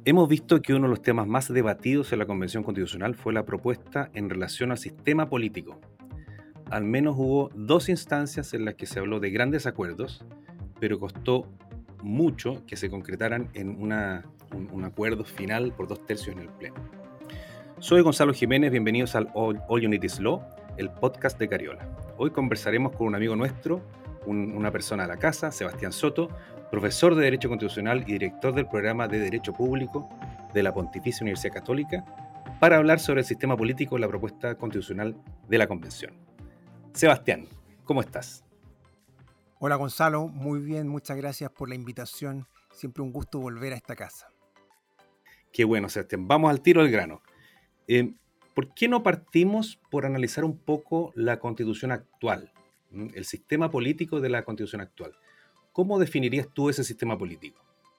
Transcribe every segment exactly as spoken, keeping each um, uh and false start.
Hemos visto que uno de los temas más debatidos en la Convención Constitucional fue la propuesta en relación al sistema político. Al menos hubo dos instancias en las que se habló de grandes acuerdos, pero costó mucho que se concretaran en una, un, un acuerdo final por dos tercios en el Pleno. Soy Gonzalo Jiménez, bienvenidos al All, All Unities Law, el podcast de Cariola. Hoy conversaremos con un amigo nuestro, un, una persona de la casa, Sebastián Soto, profesor de Derecho Constitucional y director del programa de Derecho Público de la Pontificia Universidad Católica, para hablar sobre el sistema político y la propuesta constitucional de la Convención. Sebastián, ¿cómo estás? Hola Gonzalo, muy bien, muchas gracias por la invitación. Siempre un gusto volver a esta casa. Qué bueno, Sebastián. Vamos al tiro al grano. Eh, ¿Por qué no partimos por analizar un poco la Constitución actual, el sistema político de la Constitución actual? ¿Cómo definirías tú ese sistema político?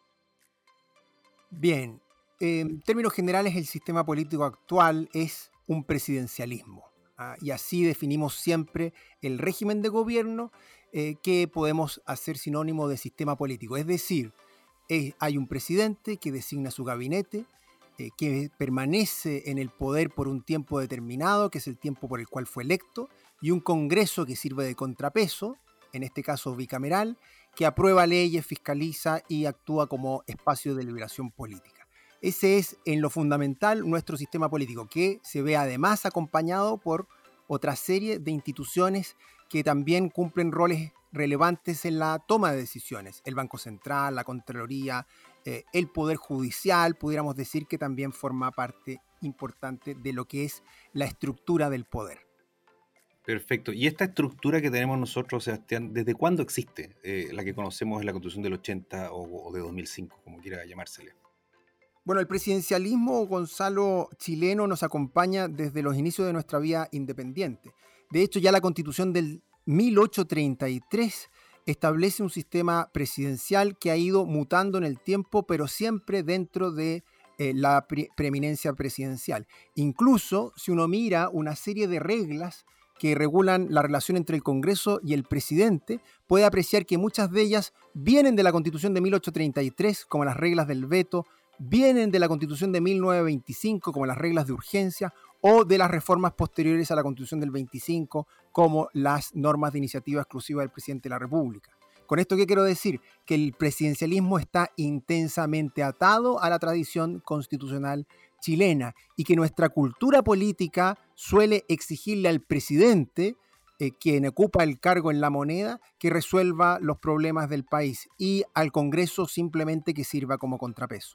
Bien, eh, en términos generales el sistema político actual es un presidencialismo. ¿ah? Y así definimos siempre el régimen de gobierno eh, que podemos hacer sinónimo de sistema político. Es decir, eh, hay un presidente que designa su gabinete, eh, que permanece en el poder por un tiempo determinado, que es el tiempo por el cual fue electo, y un Congreso que sirve de contrapeso, en este caso bicameral, que aprueba leyes, fiscaliza y actúa como espacio de deliberación política. Ese es, en lo fundamental, nuestro sistema político, que se ve además acompañado por otra serie de instituciones que también cumplen roles relevantes en la toma de decisiones. El Banco Central, la Contraloría, eh, el Poder Judicial, pudiéramos decir que también forma parte importante de lo que es la estructura del poder. Perfecto. ¿Y esta estructura que tenemos nosotros, Sebastián, desde cuándo existe? Eh, la que conocemos en la Constitución del ochenta o, o de dos mil cinco, como quiera llamársele. Bueno, el presidencialismo, Gonzalo, chileno nos acompaña desde los inicios de nuestra vida independiente. De hecho, ya la Constitución del mil ochocientos treinta y tres establece un sistema presidencial que ha ido mutando en el tiempo, pero siempre dentro de eh, la pre- preeminencia presidencial. Incluso, si uno mira una serie de reglas que regulan la relación entre el Congreso y el presidente, puede apreciar que muchas de ellas vienen de la Constitución de mil ochocientos treinta y tres, como las reglas del veto, vienen de la Constitución de mil novecientos veinticinco, como las reglas de urgencia, o de las reformas posteriores a la Constitución del veinticinco, como las normas de iniciativa exclusiva del presidente de la República. ¿Con esto qué quiero decir? Que el presidencialismo está intensamente atado a la tradición constitucional chilena y que nuestra cultura política suele exigirle al presidente, eh, quien ocupa el cargo en la moneda, que resuelva los problemas del país y al Congreso simplemente que sirva como contrapeso.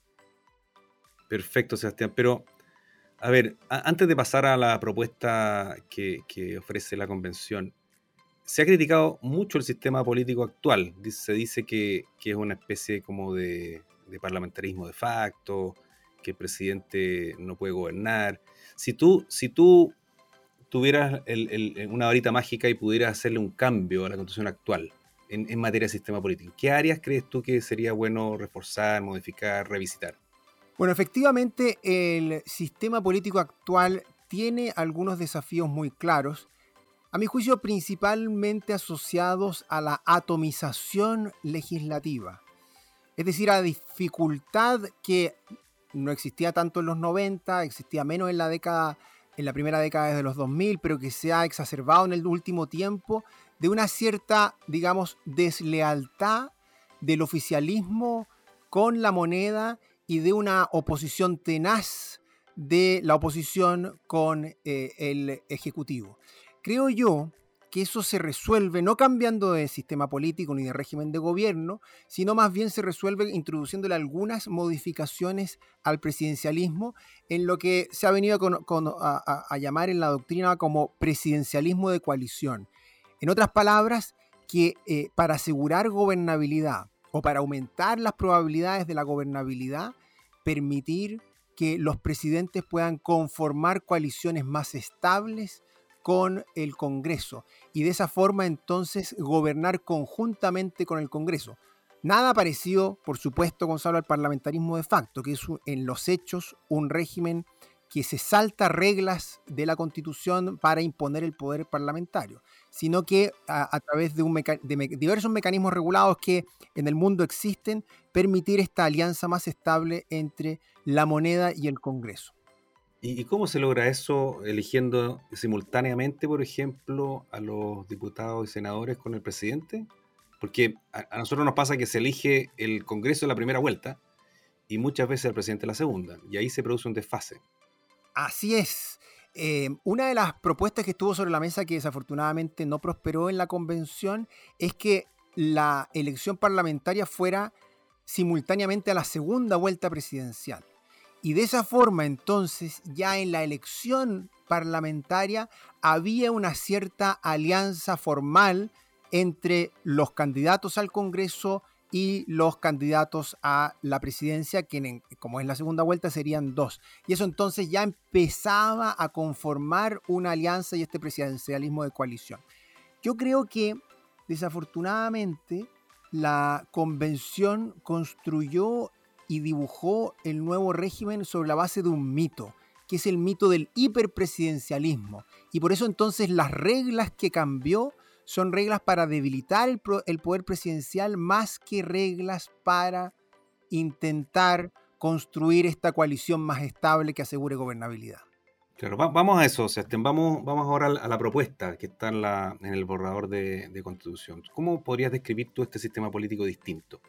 Perfecto, Sebastián. Pero, a ver, a- antes de pasar a la propuesta que, que ofrece la Convención, se ha criticado mucho el sistema político actual. Dice- Se dice que, que es una especie como de, de parlamentarismo de facto, que el presidente no puede gobernar. Si tú, si tú tuvieras el- el- una varita mágica y pudieras hacerle un cambio a la Constitución actual en, en materia de sistema político, ¿qué áreas crees tú que sería bueno reforzar, modificar, revisitar? Bueno, efectivamente, el sistema político actual tiene algunos desafíos muy claros, a mi juicio principalmente asociados a la atomización legislativa. Es decir, a la dificultad que no existía tanto en los noventa, existía menos en la década, en la primera década de los dos mil, pero que se ha exacerbado en el último tiempo, de una cierta, digamos, deslealtad del oficialismo con la moneda y de una oposición tenaz de la oposición con eh, el Ejecutivo. Creo yo que eso se resuelve no cambiando de sistema político ni de régimen de gobierno, sino más bien se resuelve introduciéndole algunas modificaciones al presidencialismo en lo que se ha venido a, con, con, a, a, a llamar en la doctrina como presidencialismo de coalición. En otras palabras, que eh, para asegurar gobernabilidad o para aumentar las probabilidades de la gobernabilidad, permitir que los presidentes puedan conformar coaliciones más estables con el Congreso y de esa forma entonces gobernar conjuntamente con el Congreso. Nada parecido, por supuesto, Gonzalo, al parlamentarismo de facto, que es en los hechos un régimen que se salta reglas de la Constitución para imponer el poder parlamentario, sino que a, a través de, un meca de me diversos mecanismos regulados que en el mundo existen, permitir esta alianza más estable entre la moneda y el Congreso. ¿Y, y cómo se logra eso eligiendo simultáneamente, por ejemplo, a los diputados y senadores con el presidente? Porque a, a nosotros nos pasa que se elige el Congreso en la primera vuelta y muchas veces el presidente en la segunda, y ahí se produce un desfase. Así es. Eh, una de las propuestas que estuvo sobre la mesa que desafortunadamente no prosperó en la convención es que la elección parlamentaria fuera simultáneamente a la segunda vuelta presidencial. Y de esa forma, entonces, ya en la elección parlamentaria había una cierta alianza formal entre los candidatos al Congreso y los candidatos a la presidencia, que como es la segunda vuelta serían dos. Y eso entonces ya empezaba a conformar una alianza y este presidencialismo de coalición. Yo creo que desafortunadamente la convención construyó y dibujó el nuevo régimen sobre la base de un mito, que es el mito del hiperpresidencialismo. Y por eso entonces las reglas que cambió son reglas para debilitar el, el poder presidencial más que reglas para intentar construir esta coalición más estable que asegure gobernabilidad. Claro, va, vamos a eso, Sebastián. Vamos, vamos ahora a la propuesta que está en, la, en el borrador de, de Constitución. ¿Cómo podrías describir tú este sistema político distinto?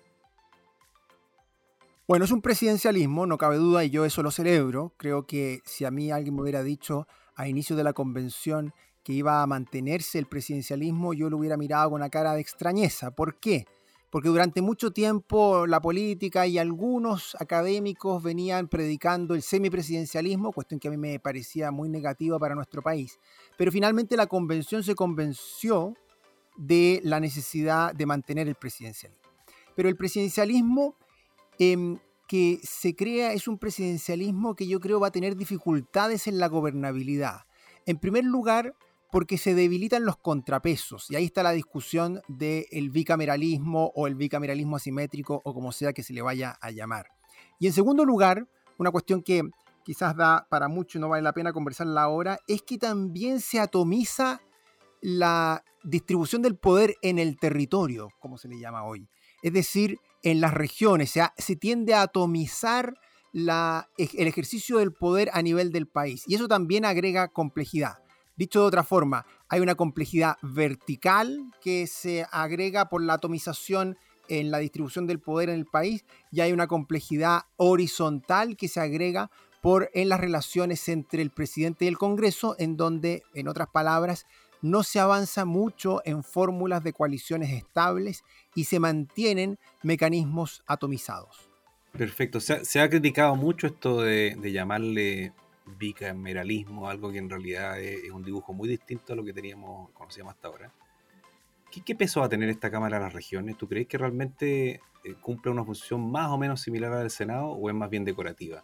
Bueno, es un presidencialismo, no cabe duda, y yo eso lo celebro. Creo que si a mí alguien me hubiera dicho a inicio de la convención que iba a mantenerse el presidencialismo, yo lo hubiera mirado con una cara de extrañeza. ¿Por qué? Porque durante mucho tiempo la política y algunos académicos venían predicando el semipresidencialismo, cuestión que a mí me parecía muy negativa para nuestro país. Pero finalmente la convención se convenció de la necesidad de mantener el presidencialismo. Pero el presidencialismo eh, que se crea es un presidencialismo que yo creo va a tener dificultades en la gobernabilidad. En primer lugar, porque se debilitan los contrapesos, y ahí está la discusión del bicameralismo o el bicameralismo asimétrico o como sea que se le vaya a llamar. Y en segundo lugar, una cuestión que quizás da para mucho y no vale la pena conversarla ahora, es que también se atomiza la distribución del poder en el territorio, como se le llama hoy. Es decir, en las regiones, o sea, se tiende a atomizar la, el ejercicio del poder a nivel del país, y eso también agrega complejidad. Dicho de otra forma, hay una complejidad vertical que se agrega por la atomización en la distribución del poder en el país y hay una complejidad horizontal que se agrega por, en las relaciones entre el presidente y el Congreso, en donde, en otras palabras, no se avanza mucho en fórmulas de coaliciones estables y se mantienen mecanismos atomizados. Perfecto. Se ha, se ha criticado mucho esto de, de llamarle bicameralismo, algo que en realidad es, es un dibujo muy distinto a lo que teníamos, conocíamos hasta ahora. ¿Qué, qué peso va a tener esta Cámara de las Regiones? ¿Tú crees que realmente eh, cumple una función más o menos similar a la del Senado o es más bien decorativa?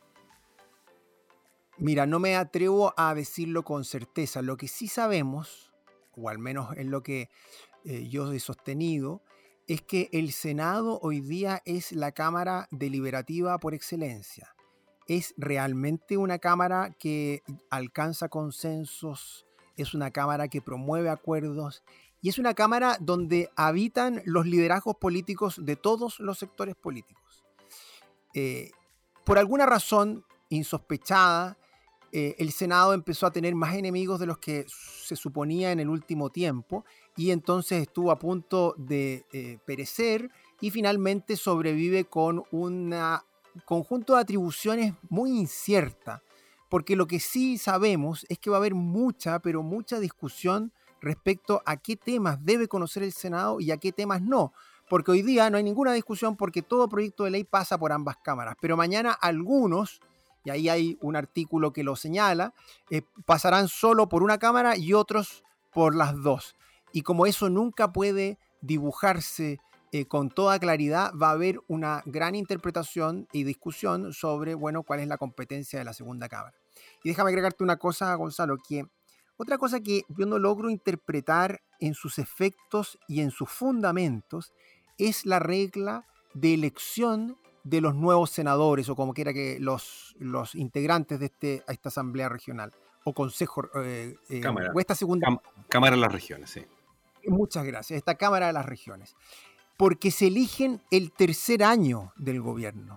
Mira, no me atrevo a decirlo con certeza. Lo que sí sabemos, o al menos es lo que eh, yo he sostenido, es que el Senado hoy día es la Cámara deliberativa por excelencia. Es realmente una Cámara que alcanza consensos, es una Cámara que promueve acuerdos y es una Cámara donde habitan los liderazgos políticos de todos los sectores políticos. Eh, por alguna razón insospechada, eh, el Senado empezó a tener más enemigos de los que se suponía en el último tiempo y entonces estuvo a punto de eh, perecer y finalmente sobrevive con un conjunto de atribuciones muy incierta, porque lo que sí sabemos es que va a haber mucha, pero mucha discusión respecto a qué temas debe conocer el Senado y a qué temas no. Porque hoy día no hay ninguna discusión porque todo proyecto de ley pasa por ambas cámaras. Pero mañana algunos, y ahí hay un artículo que lo señala, eh, pasarán solo por una cámara y otros por las dos. Y como eso nunca puede dibujarse eh, con toda claridad, va a haber una gran interpretación y discusión sobre, bueno, cuál es la competencia de la segunda cámara. Y déjame agregarte una cosa, Gonzalo, que otra cosa que yo no logro interpretar en sus efectos y en sus fundamentos es la regla de elección de los nuevos senadores, o como quiera que los, los integrantes de este, esta asamblea regional, o consejo, eh, eh, Cámara. o esta segunda... Cám- Cámara de las Regiones, sí. Muchas gracias, esta Cámara de las Regiones. Porque se eligen el tercer año del gobierno.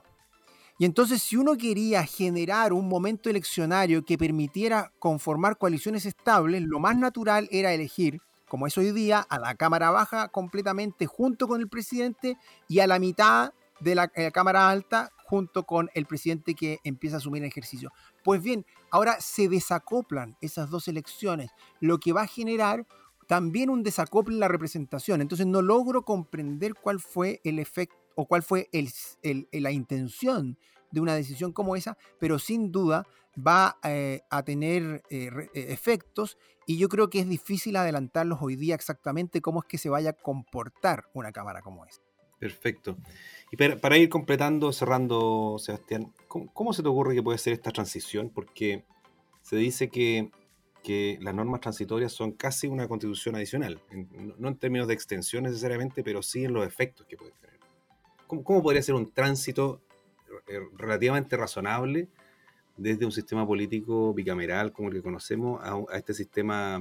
Y entonces, si uno quería generar un momento eleccionario que permitiera conformar coaliciones estables, lo más natural era elegir, como es hoy día, a la Cámara Baja completamente junto con el presidente y a la mitad de la eh, Cámara Alta junto con el presidente que empieza a asumir el ejercicio. Pues bien, ahora se desacoplan esas dos elecciones, lo que va a generar también un desacople en la representación. Entonces no logro comprender cuál fue el efecto o cuál fue el, el, la intención de una decisión como esa, pero sin duda va eh, a tener eh, re, eh, efectos, y yo creo que es difícil adelantarlos hoy día exactamente cómo es que se vaya a comportar una Cámara como esa. Perfecto. Y para, para ir completando, cerrando, Sebastián, ¿cómo, ¿cómo se te ocurre que puede ser esta transición? Porque se dice que, que las normas transitorias son casi una constitución adicional, en, no en términos de extensión necesariamente, pero sí en los efectos que pueden tener. ¿Cómo, cómo podría ser un tránsito relativamente razonable desde un sistema político bicameral como el que conocemos a, a este sistema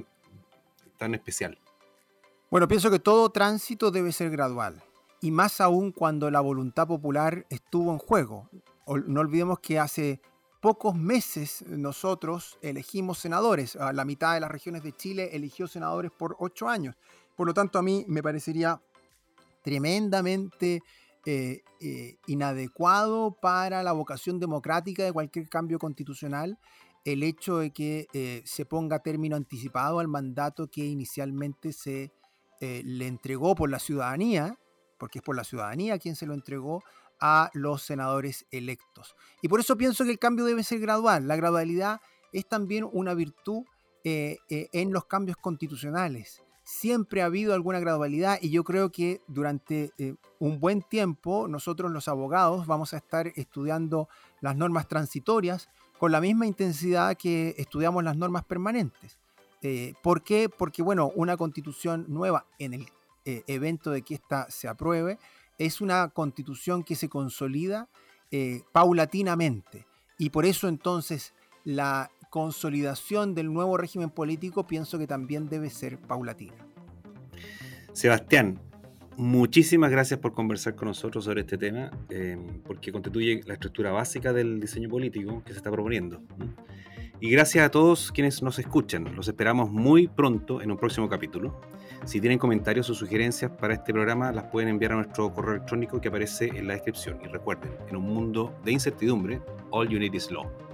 tan especial? Bueno, pienso que todo tránsito debe ser gradual, y más aún cuando la voluntad popular estuvo en juego. No olvidemos que hace pocos meses nosotros elegimos senadores. La mitad de las regiones de Chile eligió senadores por ocho años. Por lo tanto, a mí me parecería tremendamente eh, eh, inadecuado para la vocación democrática de cualquier cambio constitucional el hecho de que eh, se ponga término anticipado al mandato que inicialmente se eh, le entregó por la ciudadanía, porque es por la ciudadanía quien se lo entregó a los senadores electos. Y por eso pienso que el cambio debe ser gradual. La gradualidad es también una virtud eh, eh, en los cambios constitucionales. Siempre ha habido alguna gradualidad, y yo creo que durante eh, un buen tiempo nosotros los abogados vamos a estar estudiando las normas transitorias con la misma intensidad que estudiamos las normas permanentes. Eh, ¿Por qué? Porque, bueno, una constitución nueva, en el eh, evento de que ésta se apruebe, es una constitución que se consolida eh, paulatinamente, y por eso entonces la consolidación del nuevo régimen político pienso que también debe ser paulatina. Sebastián, muchísimas gracias por conversar con nosotros sobre este tema, eh, porque constituye la estructura básica del diseño político que se está proponiendo. Y gracias a todos quienes nos escuchan. Los esperamos muy pronto en un próximo capítulo. Si tienen comentarios o sugerencias para este programa, las pueden enviar a nuestro correo electrónico que aparece en la descripción. Y recuerden, en un mundo de incertidumbre, all you need is law.